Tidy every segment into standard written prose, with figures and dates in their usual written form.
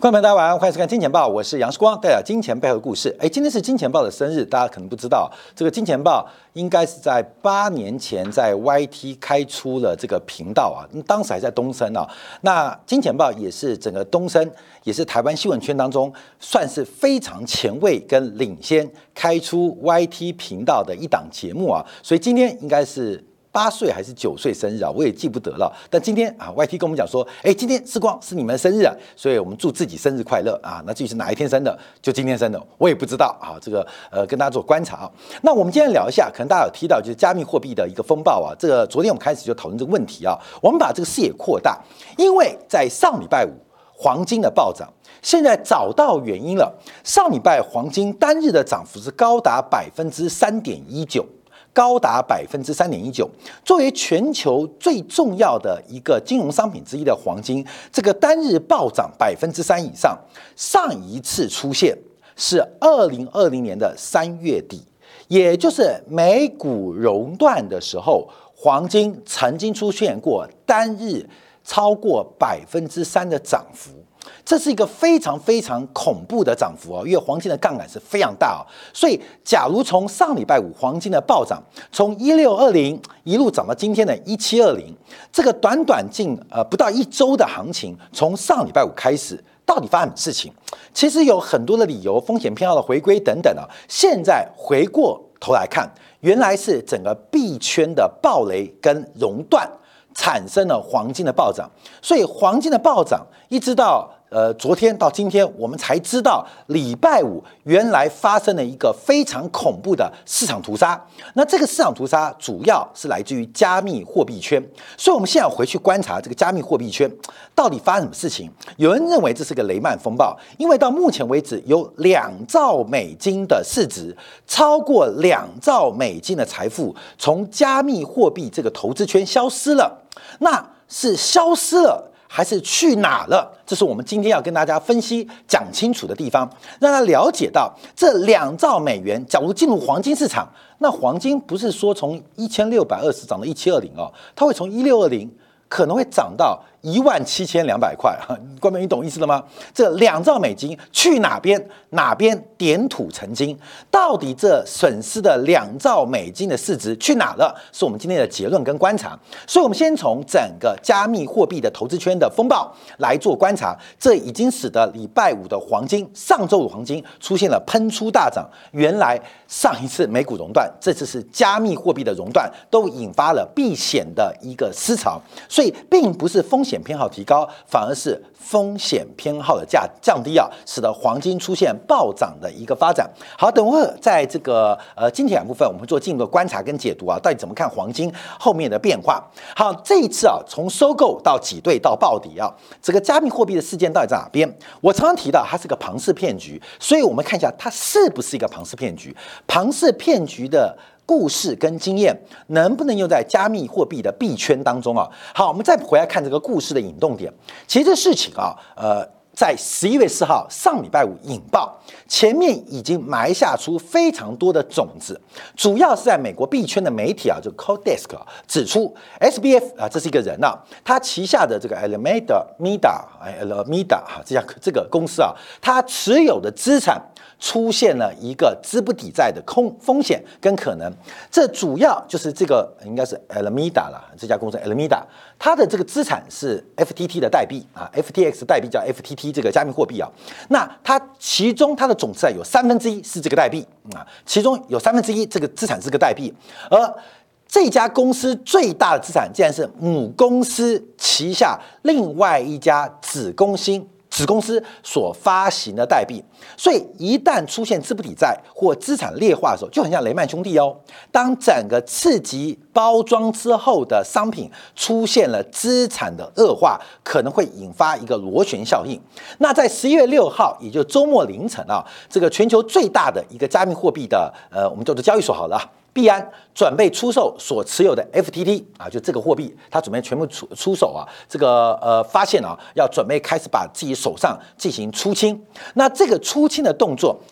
观众朋友大家晚上好，欢迎收看《金钱报》，我是杨世光，带来金钱背后的故事。今天是金钱报的生日，大家可能不知道，这个金钱报应该是在8年前在 YT 开出了这个频道啊，当时还在东森啊。那金钱报也是整个东森，也是台湾新闻圈当中算是非常前卫跟领先开出 YT 频道的一档节目啊，所以今天应该是8岁还是9岁生日啊？我也记不得了。但今天啊 ，YT 跟我们讲说，今天世光是你们的生日啊，所以我们祝自己生日快乐啊。那至于是哪一天生的，就今天生的，我也不知道啊。这个跟大家做观察啊。那我们今天聊一下，可能大家有提到就是加密货币的一个风暴啊。这个昨天我们开始就讨论这个问题啊。我们把这个视野扩大，因为在上礼拜五黄金的暴涨，现在找到原因了。上礼拜黄金单日的涨幅是高达3.19%。高达3.19%，作为全球最重要的一个金融商品之一的黄金，这个单日暴涨3%以上。上一次出现是2020年的3月底，也就是美股熔断的时候，黄金曾经出现过单日超过3%的涨幅。这是一个非常非常恐怖的涨幅哦，因为黄金的杠杆是非常大哦，所以假如从上礼拜五黄金的暴涨，从1620一路涨到今天的1720，这个短近不到1周的行情，从上礼拜五开始，到底发生什么事情？其实有很多的理由，风险偏好的回归等等啊。现在回过头来看，原来是整个币圈的暴雷跟熔断产生了黄金的暴涨，所以黄金的暴涨一直到昨天到今天，我们才知道礼拜五原来发生了一个非常恐怖的市场屠杀。那这个市场屠杀主要是来自于加密货币圈，所以我们现在回去观察这个加密货币圈到底发生什么事情。有人认为这是个雷曼风暴，因为到目前为止有2兆美金的市值，超过2兆美金的财富从加密货币这个投资圈消失了。那是消失了还是去哪了？这是我们今天要跟大家分析讲清楚的地方，让大家了解到这2兆美元假如进入黄金市场，那黄金不是说从1620涨到1720哦，它会从1620可能会涨到17200块，观众你懂意思了吗？这2兆美金去哪边？哪边点土成金？到底这损失的2兆美金的市值去哪了？是我们今天的结论跟观察。所以，我们先从整个加密货币的投资圈的风暴来做观察。这已经使得礼拜五的黄金，上周五黄金出现了喷出大涨。原来上一次美股熔断，这次是加密货币的熔断，都引发了避险的一个思潮。所以，并不是风险偏好提高，反而是风险偏好的降低啊，使得黄金出现暴涨的一个发展。好，等会儿在这个金铁杆部分，我们会做进一步的观察跟解读啊，到底怎么看黄金后面的变化。好，这一次啊，从收购到挤兑到暴跌啊，这个加密货币的事件到底在哪边？我常常提到它是个庞氏骗局，所以我们看一下它是不是一个庞氏骗局。庞氏骗局的故事跟经验能不能用在加密货币的币圈当中啊？好，我们再回来看这个故事的引动点。其实这事情啊，在11月4号上礼拜五引爆，前面已经埋下出非常多的种子，主要是在美国币圈的媒体啊，就 CoinDesk 指出 ，SBF 啊，这是一个人啊，他旗下的这个 Alameda 这个公司啊，他持有的资产出现了一个资不抵债的风险跟可能，这主要就是这个应该是 Alameda 啦，这家公司 Alameda， 它的这个资产是 FTT 的代币啊 ，FTX 代币叫 FTT 这个加密货币啊，那它其中它的总资产有1/3是这个代币啊，其中有1/3这个资产是个代币，而这家公司最大的资产竟然是母公司旗下另外一家子公司所发行的代币，所以一旦出现资不抵债或资产劣化的时候，就很像雷曼兄弟哦。当整个次级包装之后的商品出现了资产的恶化，可能会引发一个螺旋效应。那在11月6号，也就是周末凌晨啊，这个全球最大的一个加密货币的我们叫做交易所好了。币安准备出售所持有的 FTT 啊，就这个货币，它准备全部出手啊。这个发现啊，要准备开始把自己手上进行出清。那这个出清的动作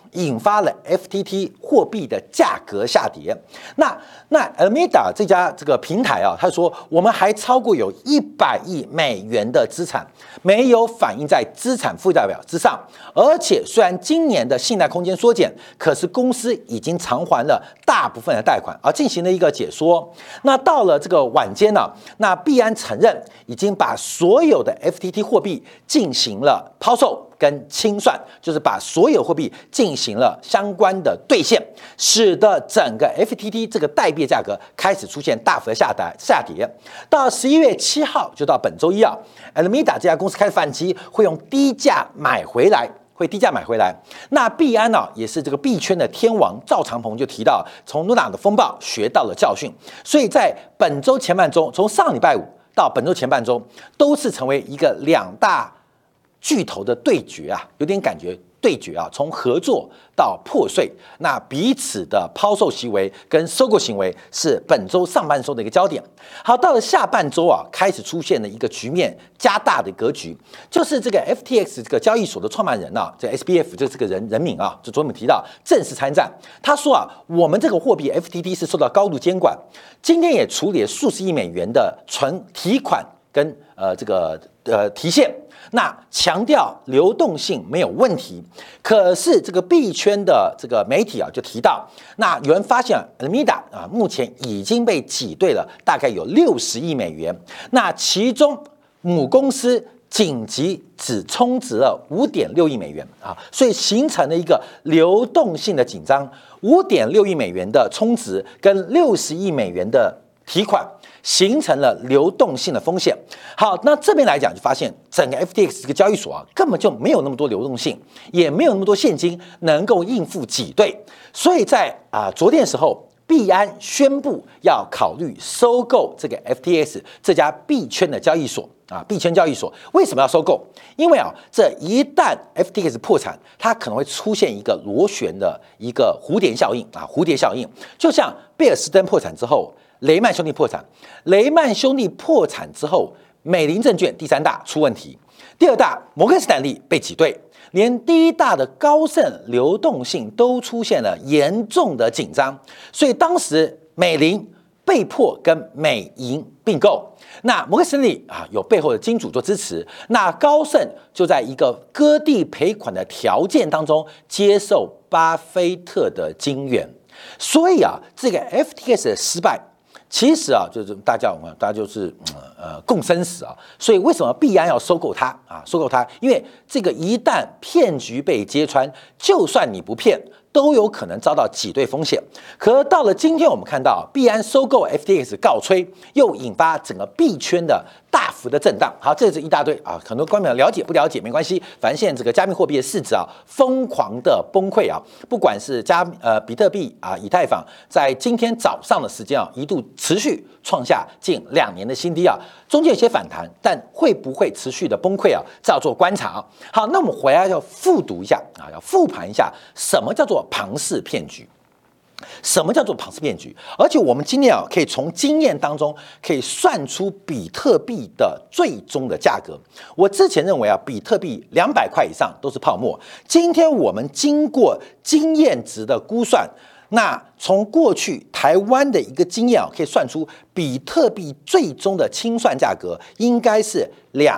引发了 FTT 货币的价格下跌。那 Alameda 这家这个平台啊，他说我们还超过有100亿美元的资产没有反映在资产负债表之上，而且虽然今年的信贷空间缩减，可是公司已经偿还了大部分的贷款，而进行了一个解说。那到了这个晚间呢，那币安承认已经把所有的 FTT 货币进行了抛售跟清算，就是把所有货币进行了相关的兑现，使得整个 FTT 这个代币价格开始出现大幅的下跌。到11月7号，就到本周一啊 ，Alameda 这家公司开始反击，会用低价买回来。那币安呢，也是这个币圈的天王赵长鹏就提到，从 Luna 的风暴学到了教训，所以在本周前半周，从上礼拜五到本周前半周，都是成为一个2大巨头的对决啊，有点感觉对决啊，从合作到破碎，那彼此的抛售行为跟收购行为是本周上半周的一个焦点。好，到了下半周啊，开始出现了一个局面加大的格局，就是这个 FTX 这个交易所的创办人啊，这 SBF 就是这个人名啊，就昨天提到正式参战。他说啊，我们这个货币 FTT 是受到高度监管，今天也处理了数十亿美元的提款跟提现。那强调流动性没有问题，可是这个币圈的这个媒体啊就提到，那有人发现 Alameda 啊目前已经被挤兑了大概有60亿美元，那其中母公司紧急只充值了5.6亿美元啊，所以形成了一个流动性的紧张，5.6亿美元的充值跟60亿美元的提款，形成了流动性的风险。好，那这边来讲就发现整个 FTX 这个交易所啊，根本就没有那么多流动性，也没有那么多现金能够应付挤兑，所以在昨天的时候，币安宣布要考虑收购这个 FTX 这家币圈的交易所啊，币圈交易所为什么要收购？因为这一旦 FTX 破产，它可能会出现一个螺旋的一个蝴蝶效应啊，蝴蝶效应，就像贝尔斯登破产之后。雷曼兄弟破产之后，美林证券第3大出问题，第2大摩根士丹利被挤兑，连第1大的高盛流动性都出现了严重的紧张，所以当时美林被迫跟美银并购。那摩根士丹利有背后的金主做支持，那高盛就在一个割地赔款的条件当中接受巴菲特的金援，所以这个 FTX 的失败。其实就是大家就是共生死啊，所以为什么币安要收购它啊？收购它，因为这个一旦骗局被揭穿，就算你不骗，都有可能遭到挤兑风险。可到了今天，我们看到币安收购 FTX 告吹，又引发整个币圈的大幅的震荡。好，这是一大堆很多观众了解不了解没关系，反正现在这个加密货币的市值疯狂的崩溃不管是比特币以太坊，在今天早上的时间一度持续创下近2年的新低中间有些反弹，但会不会持续的崩溃这要做观察好，那我们回来要复读一下要复盘一下什么叫做庞氏骗局。什么叫做庞氏骗局？而且我们今天可以从经验当中可以算出比特币的最终的价格。我之前认为比特币200块以上都是泡沫。今天我们经过经验值的估算，那从过去台湾的一个经验可以算出比特币最终的清算价格应该是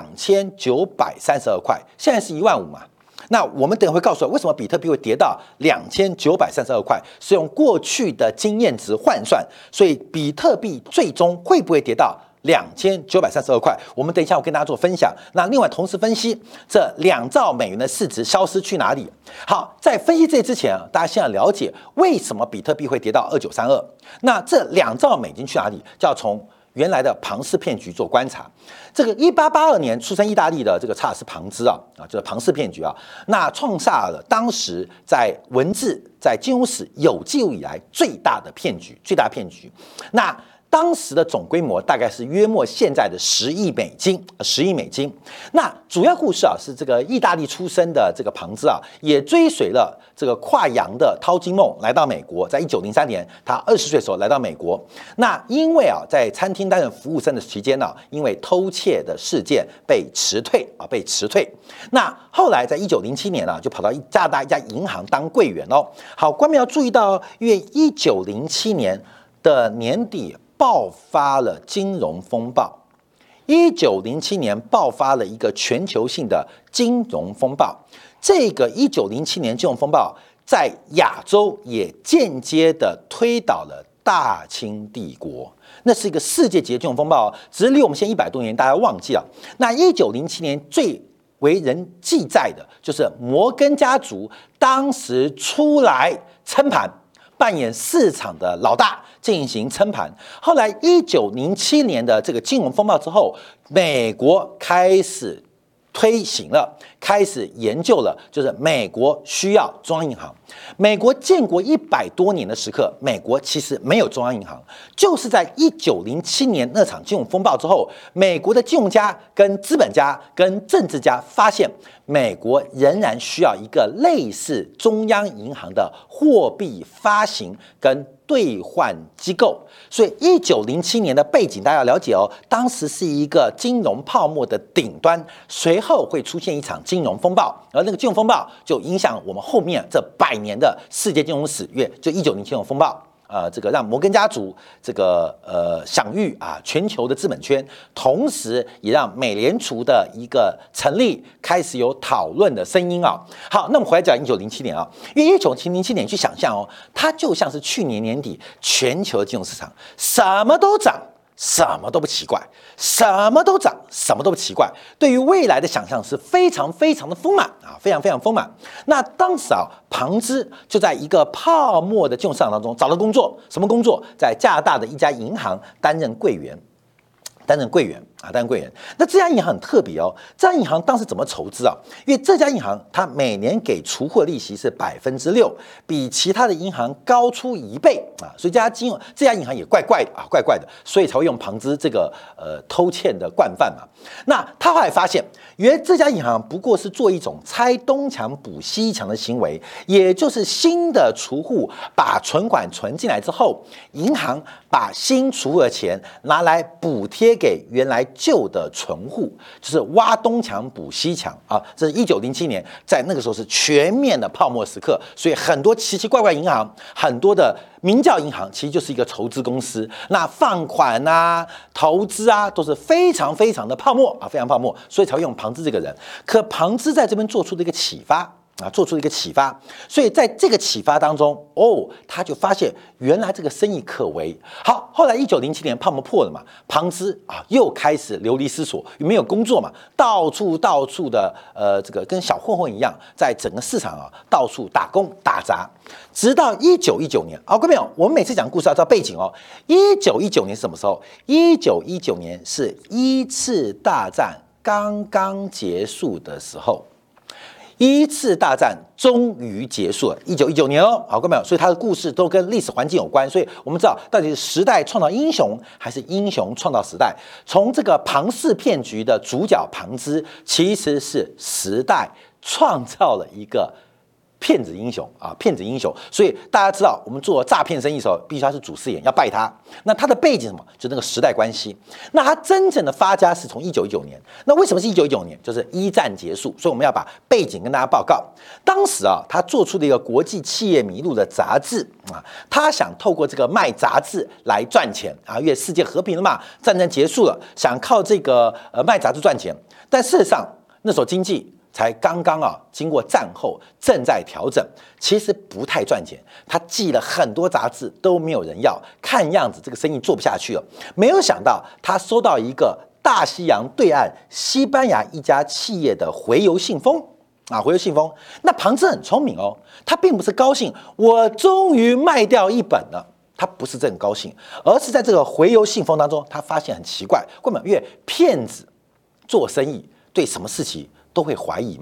2932块，现在是15000嘛。那我们等会会告诉你为什么比特币会跌到2932块，是用过去的经验值换算，所以比特币最终会不会跌到2932块？我们等一下我跟大家做分享。那另外同时分析这2兆美元的市值消失去哪里？好，在分析这之前大家先要了解为什么比特币会跌到2932。那这2兆美金去哪里？就要从原来的庞氏骗局做观察。这个1882年出生意大利的这个查尔斯庞兹就是庞氏骗局那创下了当时在文字在金融史有记录以来最大的骗局。那当时的总规模大概是约莫现在的$10亿，10亿美金。那主要故事啊是这个意大利出生的这个庞兹啊，也追随了这个跨洋的淘金梦来到美国，在1903年他20岁的时候来到美国。那因为啊在餐厅担任服务生的期间呢，因为偷窃的事件被辞退。那后来在1907年就跑到加拿大一家银行当柜员哦。好，官民要注意到，因为1907年的年底爆发了金融风暴。1907年爆发了一个全球性的金融风暴，这个1907年金融风暴在亚洲也间接的推倒了大清帝国，那是一个世界级的金融风暴，只是离我们现在100多年，大家忘记了。那1907年最为人记载的就是摩根家族当时出来撑盘，扮演市场的老大进行撑盘。后来1907年的这个金融风暴之后，美国开始推行了，开始研究了，就是美国需要中央银行。美国建国100多年的时刻，美国其实没有中央银行，就是在1907年那场金融风暴之后，美国的金融家、跟资本家、跟政治家发现，美国仍然需要一个类似中央银行的货币发行跟兑换机构。所以1907年的背景大家要了解哦，当时是一个金融泡沫的顶端，随后会出现一场金融风暴，而那个金融风暴就影响我们后面这100年的世界金融史，就1907金融风暴。这个让摩根家族这个享誉全球的资本圈，同时也让美联储的一个成立开始有讨论的声音啊。好，那我们回来讲1907年啊，因为1907年去想象哦，它就像是去年年底全球的金融市场，什么都涨。什么都不奇怪，什么都涨，什么都不奇怪。对于未来的想象是非常非常的丰满非常非常丰满。那当时庞兹就在一个泡沫的金融市场当中找到工作，什么工作？在加拿大的一家银行担任柜员。担任柜员。那这家银行很特别哦，这家银行当时怎么筹资啊？因为这家银行它每年给储户利息是6%，比其他的银行高出1倍所以这家银行也怪怪的所以才会用庞兹这个偷窃的惯犯嘛。那他后来发现，原来这家银行不过是做一种拆东墙补西墙的行为，也就是新的储户把存款存进来之后，银行把新储户的钱拿来补贴给原来旧的存户，就是挖东墙补西墙这是1907年，在那个时候是全面的泡沫时刻，所以很多奇奇怪怪银行，很多的名叫银行，其实就是一个筹资公司。那放款投资都是非常非常的泡沫非常泡沫，所以才会用庞兹这个人。可庞兹在这边做出了一个启发。所以在这个启发当中，他就发现原来这个生意可为。好，后来1907年泡沫破了嘛，庞兹又开始流离失所，没有工作嘛，到处的这个跟小混混一样，在整个市场到处打工打杂，直到1919年各位朋友，我们每次讲故事要知道背景哦。1919年是什么时候？1919年是1次大战刚刚结束的时候。1次大战终于结束了，1919年各位朋友，所以他的故事都跟历史环境有关，所以我们知道到底是时代创造英雄，还是英雄创造时代。从这个庞氏骗局的主角庞兹，其实是时代创造了一个骗子英雄所以大家知道，我们做诈骗生意的时候，必须他是主事业，要拜他。那他的背景是什么？就那个时代关系。那他真正的发家是从1919年。那为什么是1919年？就是1战结束，所以我们要把背景跟大家报告。当时他做出了一个国际企业名录的杂志他想透过这个卖杂志来赚钱因为世界和平了嘛，战争结束了，想靠这个卖杂志赚钱。但事实上那时候经济才刚刚经过战后正在调整，其实不太赚钱。他寄了很多杂志都没有人要，看样子这个生意做不下去了。没有想到他收到一个大西洋对岸西班牙一家企业的回邮信封回邮信封。那庞兹很聪明他并不是高兴我终于卖掉一本了，他不是这很高兴，而是在这个回邮信封当中，他发现很奇怪，因为骗子做生意对什么事情都会怀疑嘛，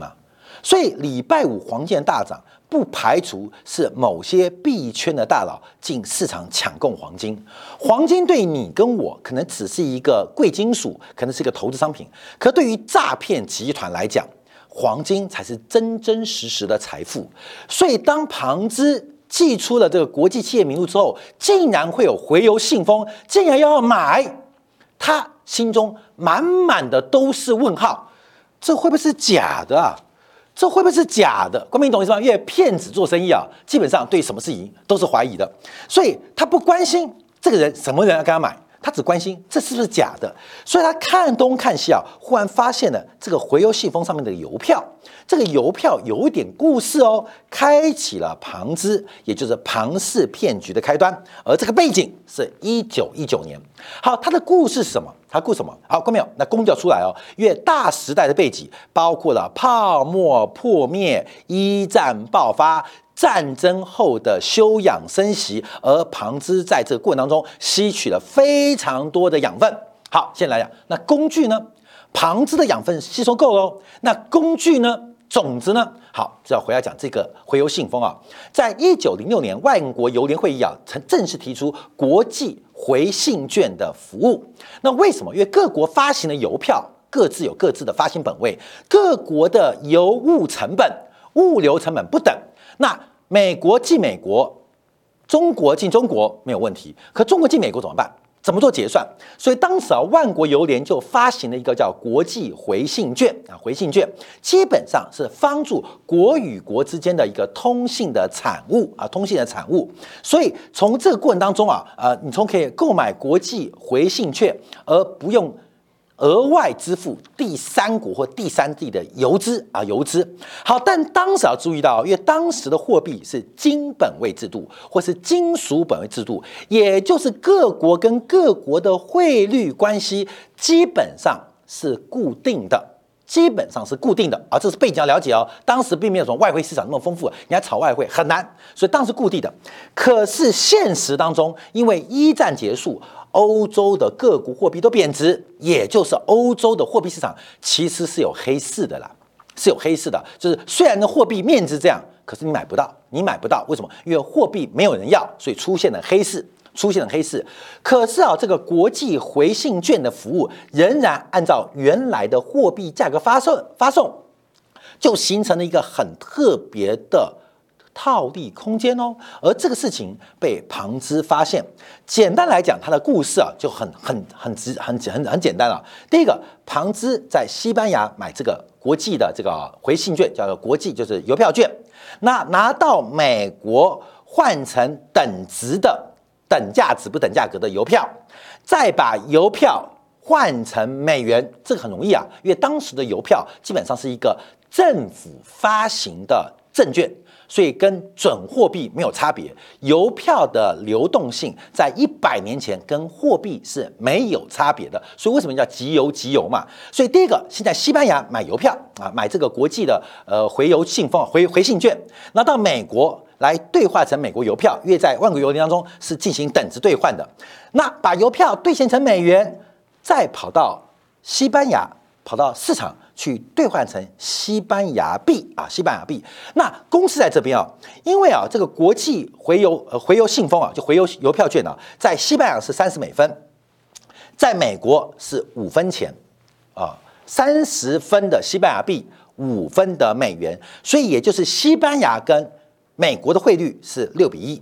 所以礼拜五黄金大涨，不排除是某些币圈的大佬进市场抢购黄金。黄金对你跟我可能只是一个贵金属，可能是一个投资商品，可对于诈骗集团来讲，黄金才是真真实实的财富。所以当庞兹寄出了这个国际企业名录之后，竟然会有回邮信封，竟然要买，他心中满满的都是问号，这会不会是假的啊？这会不会是假的？光明懂意思吗？因为骗子做生意啊，基本上对什么事情都是怀疑的，所以他不关心这个人什么人要跟他买，他只关心这是不是假的。所以他看东看西啊，忽然发现了这个回邮信封上面的邮票，这个邮票有一点故事哦，开启了庞兹，也就是庞氏骗局的开端。而这个背景是1919年。好，他的故事是什么？他故事什么？好，看没有？那公就要出来哦。因为大时代的背景包括了泡沫破灭、一战爆发、战争后的休养生息，而庞兹在这个过程当中吸取了非常多的养分。好，现在来讲，那工具呢？庞兹的养分吸收够了，那工具呢？种子呢？好，就要回来讲这个回邮信封啊。在1906年，万国邮联会议啊，曾正式提出国际回信券的服务。那为什么？因为各国发行的邮票各自有各自的发行本位，各国的邮物成本、物流成本不等。那美国进美国，中国进中国没有问题，可中国进美国怎么办？怎么做结算？所以当时啊，万国邮联就发行了一个叫国际回信券啊，回信券基本上是帮助国与国之间的一个通信的产物啊，通信的产物。所以从这个过程当中啊，你从可以购买国际回信券，而不用额外支付第三国或第三地的邮资啊，邮资。好，但当时要注意到，因为当时的货币是金本位制度或是金属本位制度，也就是各国跟各国的汇率关系基本上是固定的。基本上是固定的啊，这是背景要了解哦。当时并没有什么外汇市场那么丰富，你要炒外汇很难，所以当时固定的。可是现实当中，因为一战结束，欧洲的各国货币都贬值，也就是欧洲的货币市场其实是有黑市的啦，是有黑市的。就是虽然的货币面值这样，可是你买不到，你买不到，为什么？因为货币没有人要，所以出现了黑市。可是啊，这个国际回信券的服务仍然按照原来的货币价格发送，就形成了一个很特别的套利空间哦。而这个事情被庞兹发现。简单来讲，他的故事啊就很简单啊。第一个，庞兹在西班牙买这个国际的这个回信券，叫做国际就是邮票券，那拿到美国换成等值的。等价值不等价格的邮票，再把邮票换成美元，这个很容易啊，因为当时的邮票基本上是一个政府发行的证券，所以跟准货币没有差别。邮票的流动性在100年前跟货币是没有差别的，所以为什么叫即邮嘛？所以第一个，现在西班牙买邮票啊，买这个国际的回邮信封回信券，拿到美国。来兑换成美国邮票，因为在万国邮联当中是进行等值兑换的。那把邮票兑现成美元，再跑到西班牙，跑到市场去兑换成西班牙币啊，西班牙币。那公司在这边啊，因为啊这个国际回邮信封啊，就回邮票券啊，在西班牙是30美分，在美国是5分钱啊，30分的西班牙币，5分的美元，所以也就是西班牙跟美国的汇率是6比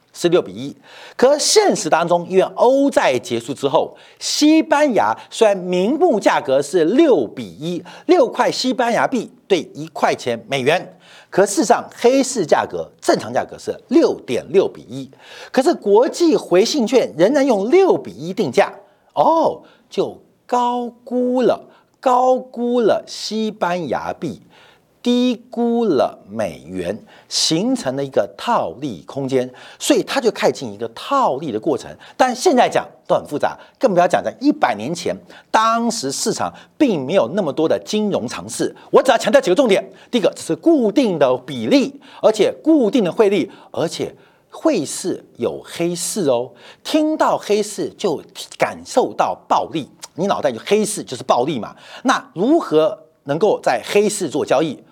1，可现实当中，因为欧债结束之后，西班牙虽然名目价格是6比1，6块西班牙币对1块钱美元，可事实上黑市价格正常价格是6.6比1，可是国际回信券仍然用6比1定价，哦，就高估了西班牙币。低估了美元，形成了一个套利空间，所以它就开进一个套利的过程。但现在讲都很复杂，更不要讲在100年前，当时市场并没有那么多的金融常识。我只要强调几个重点：第一个，这是固定的比例，而且固定的汇率，而且汇市有黑市哦。听到黑市就感受到暴利，你脑袋就黑市就是暴利嘛。那如何能够在黑市做交易？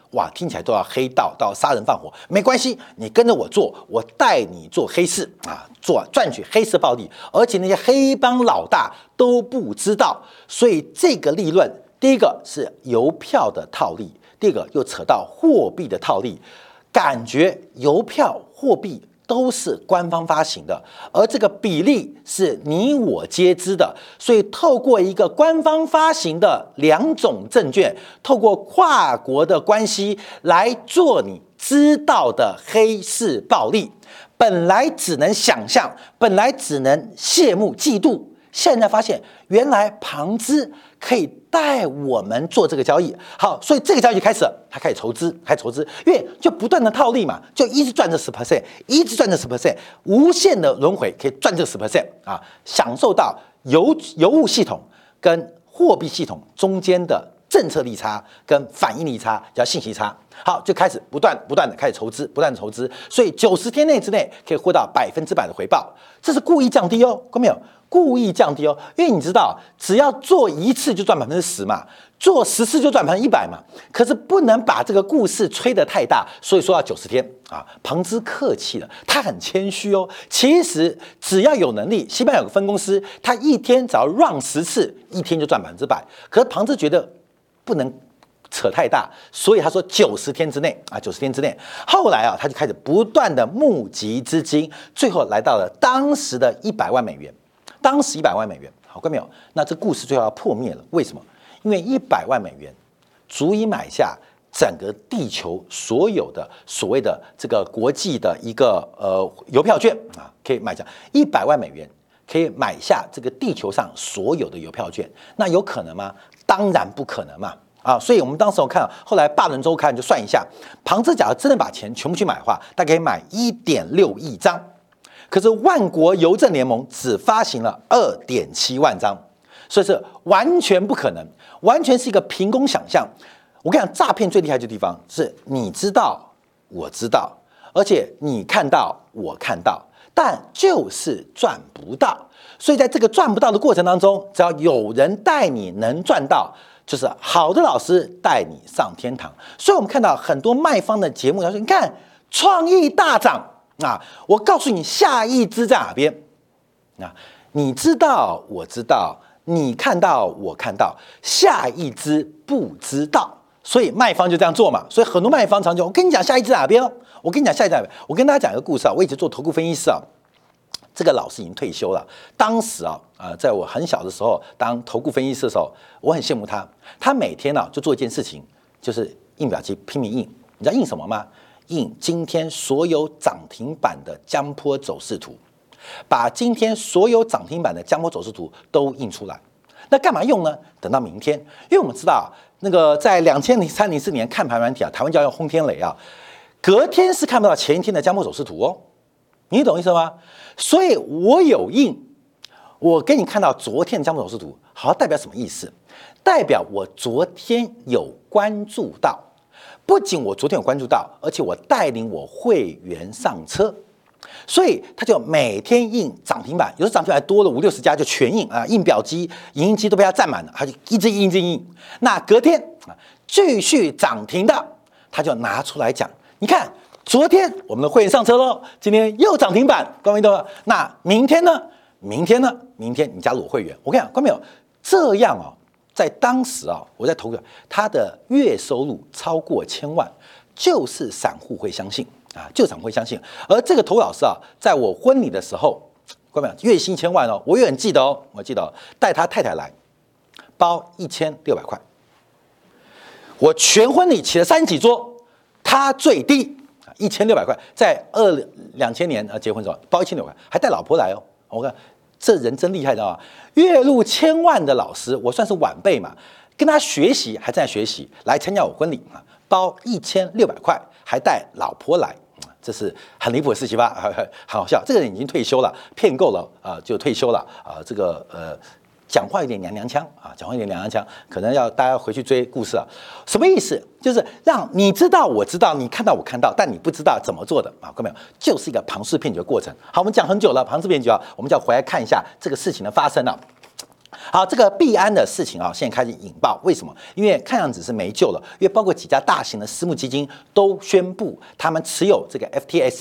哇，听起来都要黑道，到杀人放火，没关系，你跟着我做，我带你做黑市啊，赚取黑市暴利，而且那些黑帮老大都不知道，所以这个利润，第一个是邮票的套利，第二个又扯到货币的套利，感觉邮票、货币都是官方发行的，而这个比例是你我皆知的，所以透过一个官方发行的两种证券，透过跨国的关系来做你知道的黑市暴利，本来只能想象，本来只能羡慕嫉妒，现在发现原来庞资可以带我们做这个交易。好，所以这个交易开始了，他开始筹资，因为就不断的套利嘛，就一直赚这10%，一直赚这10%，无限的轮回，可以赚这10%啊，享受到邮务系统跟货币系统中间的政策利差跟反应利差，叫信息差。好，就开始不断的开始筹资，不断的筹资，所以90天内之内可以获到100%的回报，这是故意降低哦，看到没有？故意降低哦，因为你知道，只要做一次就赚10%嘛，做10次就赚100%嘛。可是不能把这个故事吹得太大，所以说要90天啊。庞资客气了，他很谦虚哦。其实只要有能力，西班牙有个分公司，他一天只要 run 10次，一天就赚100%。可是庞资觉得不能扯太大，所以他说90天之内啊，90天之内。后来啊，他就开始不断的募集资金，最后来到了当时的100万美元。当时100万美元，好，看到没有？那这故事最后要破灭了，为什么？因为100万美元足以买下整个地球所有的所谓的这个国际的一个邮票券啊，可以买下100万美元，可以买下这个地球上所有的邮票券。那有可能吗？当然不可能嘛！啊，所以我们当时我看，后来《伦周刊》就算一下，庞资假如真的把钱全部去买的话，大概可以买1.6亿张。可是万国邮政联盟只发行了2.7万张，所以是完全不可能，完全是一个凭空想象。我跟你讲，诈骗最厉害的地方是你知道，我知道，而且你看到，我看到，但就是赚不到。所以在这个赚不到的过程当中，只要有人带你能赚到，就是好的老师带你上天堂。所以我们看到很多卖方的节目，他说：“你看，创意大涨。”啊，我告诉你，下一支在哪边？啊，你知道，我知道，你看到，我看到，下一支不知道，所以卖方就这样做嘛。所以很多卖方常讲，我跟你讲下一支在哪边哦，我跟你讲下一支在哪边。我跟大家讲一个故事啊，我一直做投顾分析师啊，这个老师已经退休了。当时啊，在我很小的时候当投顾分析师的时候，我很羡慕他。他每天啊就做一件事情，就是印表机拼命印。你知道印什么吗？印今天所有涨停板的江波走势图，把今天所有涨停板的江波走势图都印出来。那干嘛用呢？等到明天，因为我们知道那个在2003、04年看盘软体啊，台湾叫轰天雷啊，隔天是看不到前一天的江波走势图哦，你懂意思吗？所以我有印，我给你看到昨天的江波走势图，好，代表什么意思？代表我昨天有关注到。不仅我昨天有关注到，而且我带领我会员上车，所以他就每天印涨停板，有时候涨停板多了50-60家就全印啊，印表机、影印机都被他占满了，他就一直印一直印。那隔天啊继续涨停的，他就拿出来讲，你看昨天我们的会员上车喽，今天又涨停板，各位懂吗？那明天呢？明天你加入我会员，我跟你讲，各位没有这样哦。在当时啊，我在投个他的月收入超过1000万，就是散户会相信啊，就是散户会相信。而这个投老师啊，在我婚礼的时候，各位月薪1000万哦，我永远记得哦，我记得哦，带他太太来，包1600块，我全婚礼起了30几桌，他最低1600块，在2000年结婚的时候包1600块，还带老婆来哦，我看。这人真厉害，知道吗？月入1000万的老师，我算是晚辈嘛，跟他学习，还在学习，来参加我婚礼啊，包1600块，还带老婆来，这是很离谱的事情吧？很好笑。这个人已经退休了，骗够了就退休了这个讲话有点娘娘腔啊，讲话有点娘娘腔，可能要大家回去追故事啊。什么意思？就是让你知道我知道，你看到我看到，但你不知道怎么做的啊，看到没有？就是一个庞氏骗局的过程。好，我们讲很久了，庞氏骗局啊，我们就要回来看一下这个事情的发生啊。 好，这个币安的事情啊，现在开始引爆，为什么？因为看样子是没救了，因为包括几家大型的私募基金都宣布，他们持有这个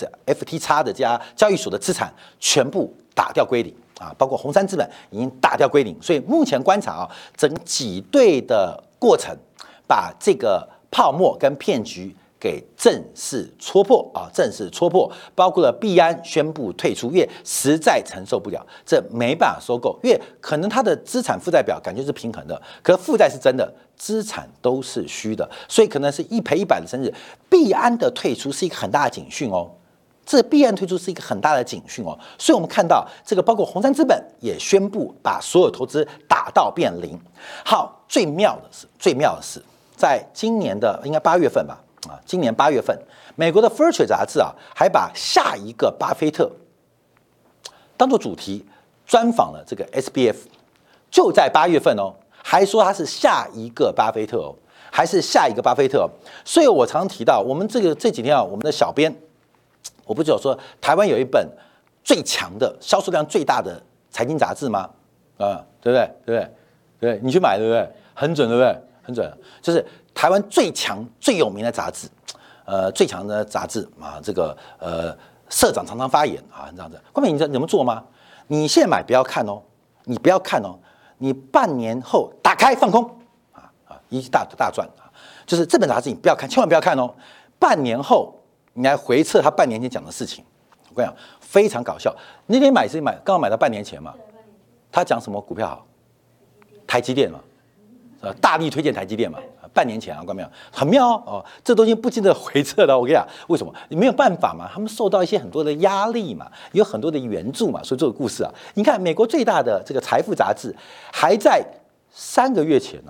FTX 的这家交易所的资产全部打掉归零啊，包括红杉资本已经打掉归零，所以目前观察啊，整挤兑的过程，把这个泡沫跟骗局给正式戳破啊，正式戳破，包括了币安宣布退出，因为实在承受不了，这没办法收购，因为可能它的资产负债表感觉是平衡的，可是负债是真的，资产都是虚的，所以可能是一赔100的生日。币安的退出是一个很大的警讯哦，这币安退出是一个很大的警讯哦，所以我们看到这个包括红杉资本也宣布把所有投资打到变零。好，最妙的是，在今年的应该8月份吧。今年8月份，美国的《Fortune》杂志啊，还把下一个巴菲特当做主题，专访了这个 SBF， 就在8月份哦，还说他是下一个巴菲特哦，还是下一个巴菲特哦。所以我常提到，我们这几天啊，我们的小编，我不是有说台湾有一本最强的、销售量最大的财经杂志吗？对不对？对，你去买，对不对？很准，对不对？很准，就是台湾最强、最有名的杂志，最强的杂志啊，这个社长常常发言啊，这样子。冠冕，你知道怎么做吗？你现在买不要看哦，你不要看哦，你半年后打开放空一大赚啊！就是这本杂志你不要看，千万不要看哦。半年后你来回测他半年前讲的事情，我跟你讲非常搞笑。那天买是刚好买到半年前嘛，他讲什么股票好？台积电嘛。大力推荐台积电嘛，半年前啊，看到没有？很妙哦，这东西不经得回测的。我跟你讲，为什么？你没有办法嘛，他们受到一些很多的压力嘛，有很多的援助嘛，所以这个故事啊，你看美国最大的这个财富杂志，还在3个月前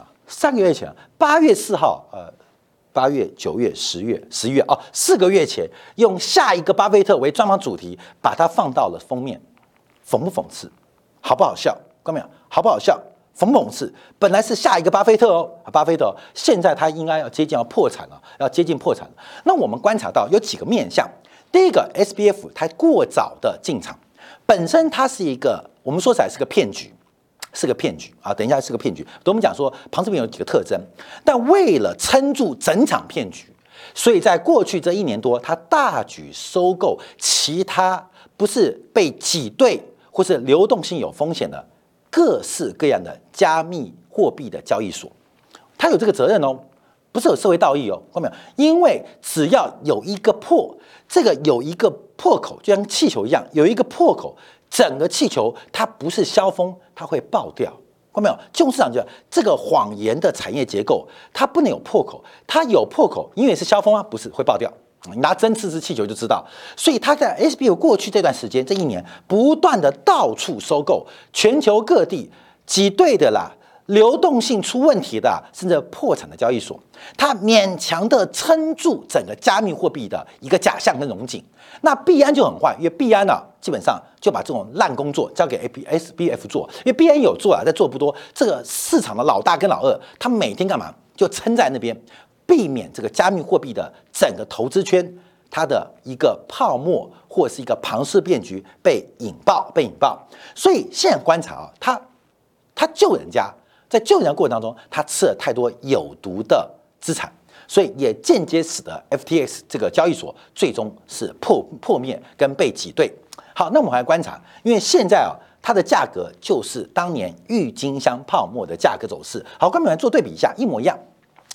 8月4号，8月、9月、10月、11月哦，4个月前，用下一个巴菲特为专访主题，把它放到了封面，讽不讽刺？好不好笑？看到没有？好不好笑？讽不讽刺？本来是下一个巴菲特哦，现在他应该要接近破产了，要接近破产了。那我们观察到有几个面向，第一个 SBF 它过早的进场，本身它是一个我们说起来是个骗局，啊。等一下是个骗局，我们讲说庞氏骗有几个特征，但为了撑住整场骗局，所以在过去这1年多，它大举收购其他不是被挤兑或是流动性有风险的各式各样的加密货币的交易所，他有这个责任哦，不是有社会道义哦，看到没有？因为只要有一个有一个破口，就像气球一样，有一个破口，整个气球它不是消风，它会爆掉，看到没有？金融市场就这个谎言的产业结构，它不能有破口，它有破口，因为是消风啊，不是会爆掉。你拿针刺气球就知道，所以他在 SBF 过去这段时间，这1年不断的到处收购，全球各地挤兑的啦，流动性出问题的，甚至破产的交易所，它勉强的撑住整个加密货币的一个假象跟荣景。那币安就很坏，因为币安基本上就把这种烂工作交给 SBF 做，因为币安有做但做不多。这个市场的老大跟老二，他每天干嘛？就撑在那边。避免这个加密货币的整个投资圈，它的一个泡沫或是一个庞氏骗局被引爆，所以现在观察他救人家，在救人家过程当中，他吃了太多有毒的资产，所以也间接使得 FTX 这个交易所最终是破灭跟被挤兑。好，那我们来观察，因为现在它的价格就是当年郁金香泡沫的价格走势。好，跟我们来做对比一下，一模一样。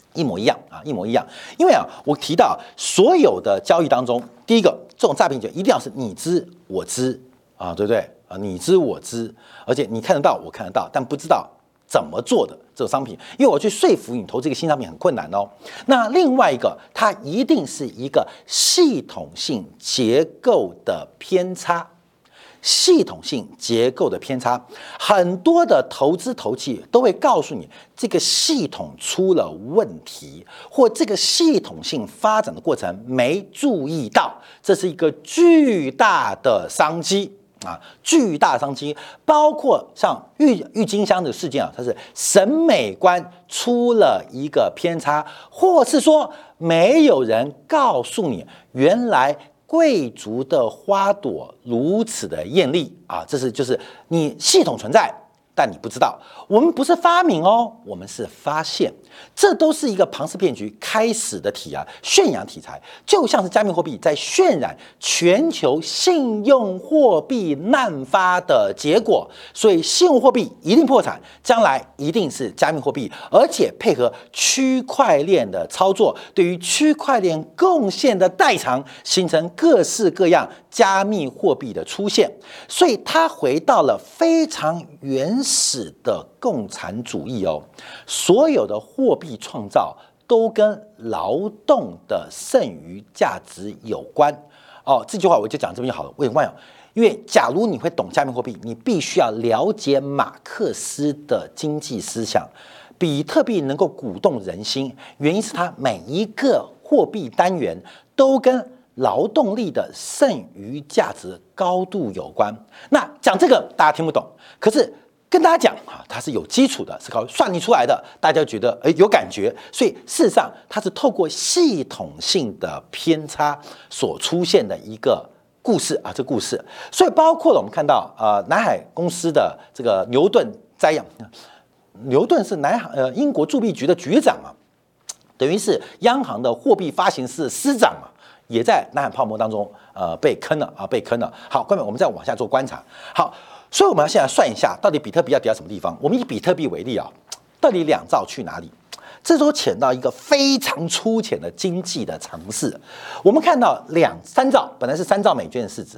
因为我提到所有的交易当中，第一个这种诈骗一定要是你知我知啊，对不对啊？你知我知，而且你看得到我看得到，但不知道怎么做的这种商品，因为我去说服你投资一个新商品很困难哦。那另外一个，它一定是一个系统性结构的偏差。很多的投资投机都会告诉你，这个系统出了问题，或这个系统性发展的过程没注意到，这是一个巨大的商机啊！巨大商机，包括像郁金香的事件它是审美观出了一个偏差，或是说没有人告诉你，原来贵族的花朵如此的艳丽啊，这是就是你系统存在， 但你不知道，我们不是发明哦，我们是发现，这都是一个庞氏骗局开始的宣扬题材，就像是加密货币在渲染全球信用货币滥发的结果，所以信用货币一定破产，将来一定是加密货币，而且配合区块链的操作，对于区块链贡献的代偿，形成各式各样加密货币的出现，所以它回到了非常原始的共产主义哦，所有的货币创造都跟劳动的剩余价值有关哦。这句话我就讲这边就好了。为什么？因为假如你会懂加密货币，你必须要了解马克思的经济思想。比特币能够鼓动人心，原因是它每一个货币单元都跟劳动力的剩余价值高度有关。那讲这个大家听不懂，可是跟大家讲啊，它是有基础的，是靠算计出来的，大家觉得有感觉。所以事实上，它是透过系统性的偏差所出现的一个故事啊，这故事。所以包括了我们看到南海公司的这个牛顿摘要。牛顿是英国铸币局的局长啊，等于是央行的货币发行司司长啊，也在南海泡沫当中被坑了啊，被坑了。好，各位，我们再往下做观察。好，所以我们要现在算一下，到底比特币要跌到什么地方？我们以比特币为例啊，到底2兆去哪里？这时候潜到一个非常粗浅的经济的常识。我们看到3兆，本来是3兆美金的市值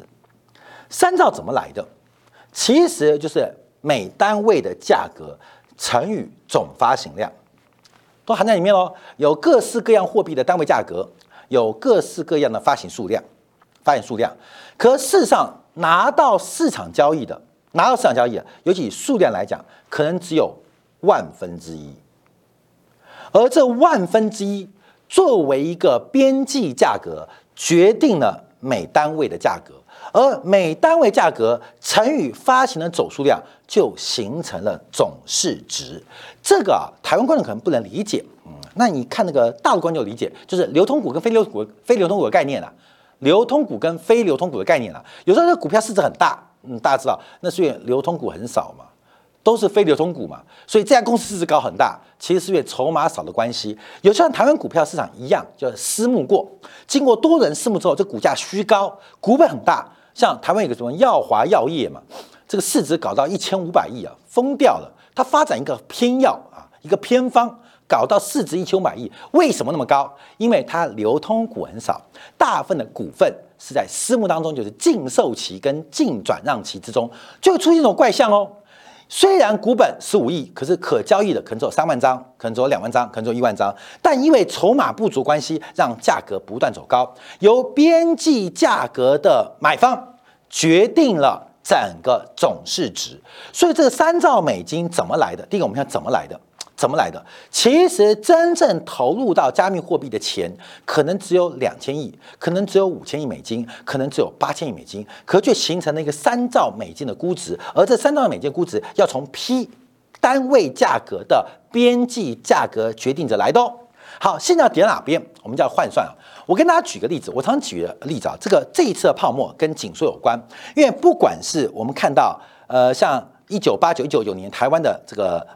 ，3兆怎么来的？其实就是每单位的价格乘以总发行量，都含在里面咯。有各式各样货币的单位价格，有各式各样的发行数量。可事实上，拿到市场交易的，尤其以数量来讲，可能只有1/1000。而这1/1000作为一个边际价格，决定了每单位的价格。而每单位价格乘以发行的总数量，就形成了总市值。这个台湾观众可能不能理解，那你看那个大陆观众理解，就是流通股跟非流通股的概念啦，流通股跟非流通股的概念啦。有时候这股票市值很大，大家知道，那是因为流通股很少嘛，都是非流通股嘛，所以这家公司市值高很大，其实是因为筹码少的关系。有像台湾股票市场一样，就私募过，经过多人私募之后，这股价虚高，股本很大。像台湾有个什么耀华药业嘛，这个市值搞到1500亿啊，疯掉了。它发展一个偏药啊，一个偏方，搞到市值1500亿，为什么那么高？因为它流通股很少，大部分的股份是在私募当中，就是净售期跟净转让期之中，就会出现这种怪象哦。虽然股本15亿，可是可交易的可能只有3万张，可能只有2万张，可能只有1万张，但因为筹码不足关系，让价格不断走高，由边际价格的买方决定了整个总市值。所以这个3兆美金怎么来的？第一个，我们看怎么来的。其实真正投入到加密货币的钱，可能只有2000亿，可能只有5000亿美金，可能只有8000亿美金，可却形成了一个3兆美金的估值。而这3兆美金的估值要从批单位价格的边际价格决定着来的哦。好，现在要跌到哪边？我们就要换算啊。我跟大家举个例子，我常举的例子啊，这一次的泡沫跟紧缩有关，因为不管是我们看到像1989、1999年台湾的这个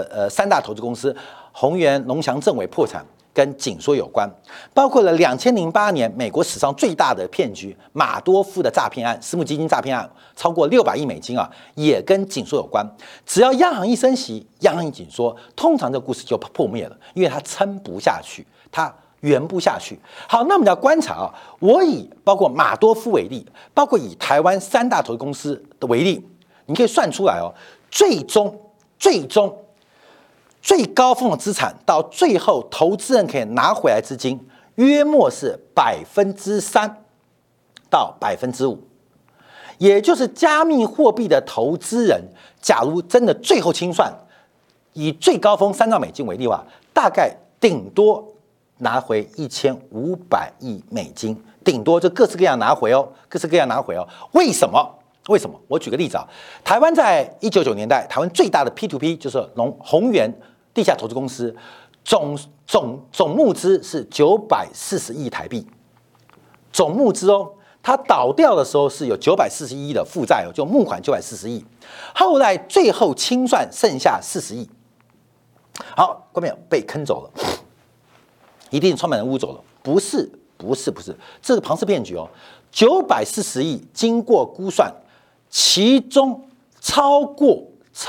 3大投资公司宏源、龙祥、正伟破产，跟紧缩有关，包括了2008年美国史上最大的骗局马多夫的诈骗案，私募基金诈骗案超过600亿美金啊，也跟紧缩有关。只要央行一升息，央行一紧缩，通常这个故事就破灭了，因为它撑不下去，它圆不下去。好，那我们要观察啊，我以包括马多夫为例，包括以台湾3大投资公司的为例。你可以算出来哦，最终最高峰的资产到最后投资人可以拿回来资金，约莫是3%到5%，也就是加密货币的投资人，假如真的最后清算，以最高峰3兆美金为例的话，大概顶多拿回1500亿美金，顶多就各式各样拿回哦，为什么？我举个例子啊，台湾在199年代，台湾最大的 P2P 就是宏源地下投资公司，总募资是940亿台币，总募资哦。 它倒掉的时候是有941亿的负债，就募款940亿，后来最后清算剩下40亿。好，观众朋友被坑走了，一定创办人污走了？不是，这个庞氏骗局哦，940亿经过估算，其中超过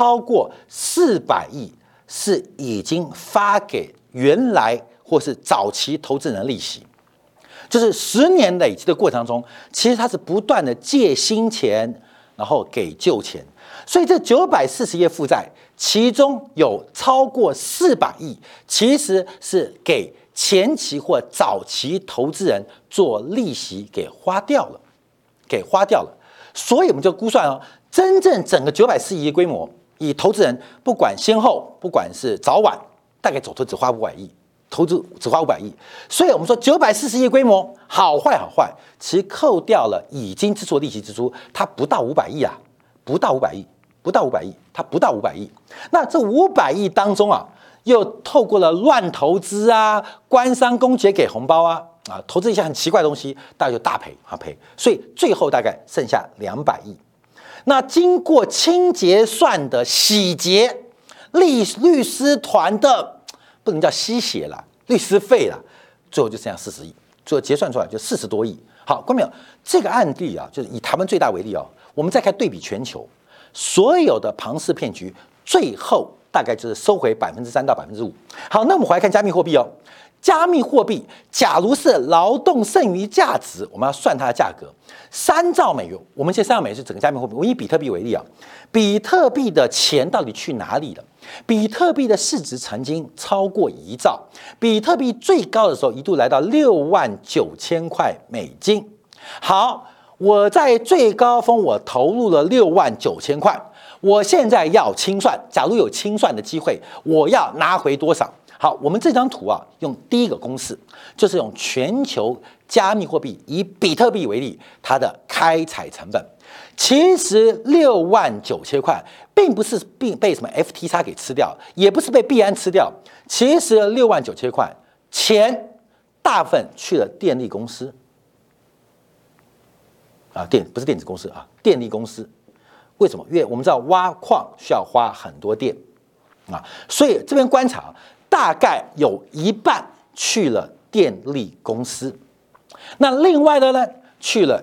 400亿是已经发给原来或是早期投资人的利息。就是10年累积的过程当中，其实它是不断的借新钱，然后给旧钱，所以这940亿负债，其中有超过400亿，其实是给前期或早期投资人做利息给花掉了，所以我们就估算哦，真正整个940亿的规模，以投资人不管先后，不管是早晚，大概走投只花500亿。投资只花500亿，所以我们说940亿规模好坏，其实扣掉了已经支出的利息支出，它不到500亿啊，不到500亿，它不到500亿。那这500亿当中啊，又透过了乱投资啊、官商勾结给红包啊，投资一些很奇怪的东西，大概就大赔，所以最后大概剩下200亿。那经过清结算的洗劫，律师团的。不能叫吸血啦，律师费啦，最后就剩下40亿，最后结算出来就40多亿。好，观众朋友，这个案例啊，就是以台湾最大为例哦，我们再看对比全球，所有的庞氏骗局最后大概就是收回3%到5%。好，那我们回来看加密货币哦，加密货币假如是劳动剩余价值，我们要算它的价格，3兆美元。我们现在3兆美元是整个加密货币。我以比特币为例啊，比特币的钱到底去哪里了？比特币的市值曾经超过1兆，比特币最高的时候一度来到69000块美金。好，我在最高峰我投入了69000块，我现在要清算，假如有清算的机会，我要拿回多少？好，我们这张图啊，用第一个公式，就是用全球加密货币以比特币为例，它的开采成本。其实69000块并不是被什么 FTX 给吃掉，也不是被币安吃掉。其实69000块钱大部分去了电力公司啊，不是电子公司啊，电力公司。为什么？因为我们知道挖矿需要花很多电啊，所以这边观察大概有一半去了电力公司。那另外的呢，去了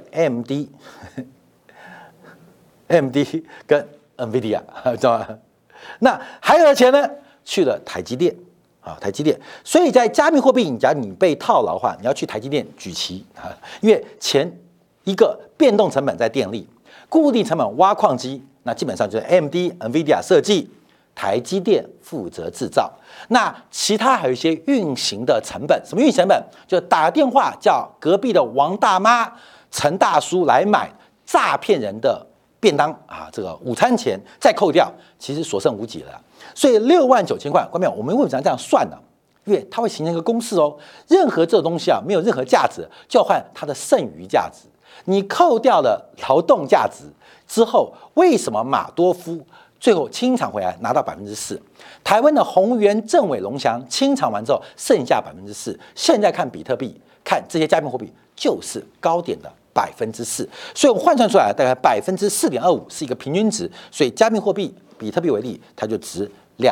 AMD 跟 NVIDIA， 知道吗？那还有的钱呢，去了台积电啊，台积电。所以在加密货币，假如你被套牢的话，你要去台积电举旗啊，因为前一个变动成本在电力，固定成本挖矿机，那基本上就是 AMD、NVIDIA 设计，台积电负责制造。那其他还有一些运行的成本，什么运行成本？就打个电话叫隔壁的王大妈、陈大叔来买诈骗人的便当啊，这个午餐钱再扣掉，其实所剩无几了。所以69000块，观众朋友，我们为什么这样算呢？因为它会形成一个公式哦，任何这种东西啊，没有任何价值，就要换它的剩余价值。你扣掉了劳动价值之后，为什么马多夫最后清偿回来拿到4%？台湾的宏源、正伟、龙翔清偿完之后剩下4%。现在看比特币，看这些加密货币，就是高点的4%。所以我换算出来大概4.25%是一个平均值。所以加密货币比特币为例，它就值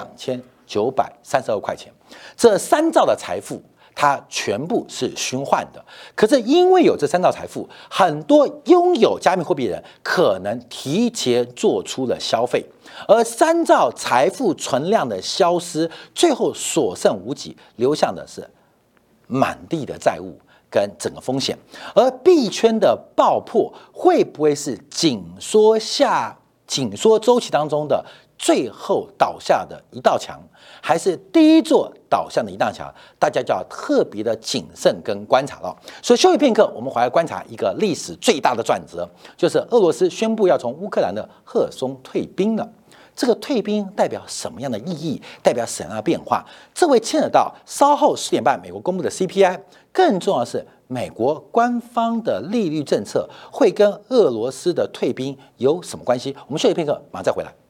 2932块钱。这3兆的财富，它全部是循环的。可是因为有这3兆财富，很多拥有加密货币的人可能提前做出了消费，而3兆财富存量的消失，最后所剩无几，留下的是满地的债务跟整个风险。而币圈的爆破会不会是紧缩周期当中的最后倒下的一道墙，还是第一座倒下的一道墙？大家就要特别的谨慎跟观察了。所以休息片刻，我们回来观察一个历史最大的转折，就是俄罗斯宣布要从乌克兰的赫尔松退兵了。这个退兵代表什么样的意义？代表什么样的变化？这会牵扯到稍后10点半美国公布的 CPI， 更重要的是美国官方的利率政策会跟俄罗斯的退兵有什么关系？我们休息片刻，马上再回来。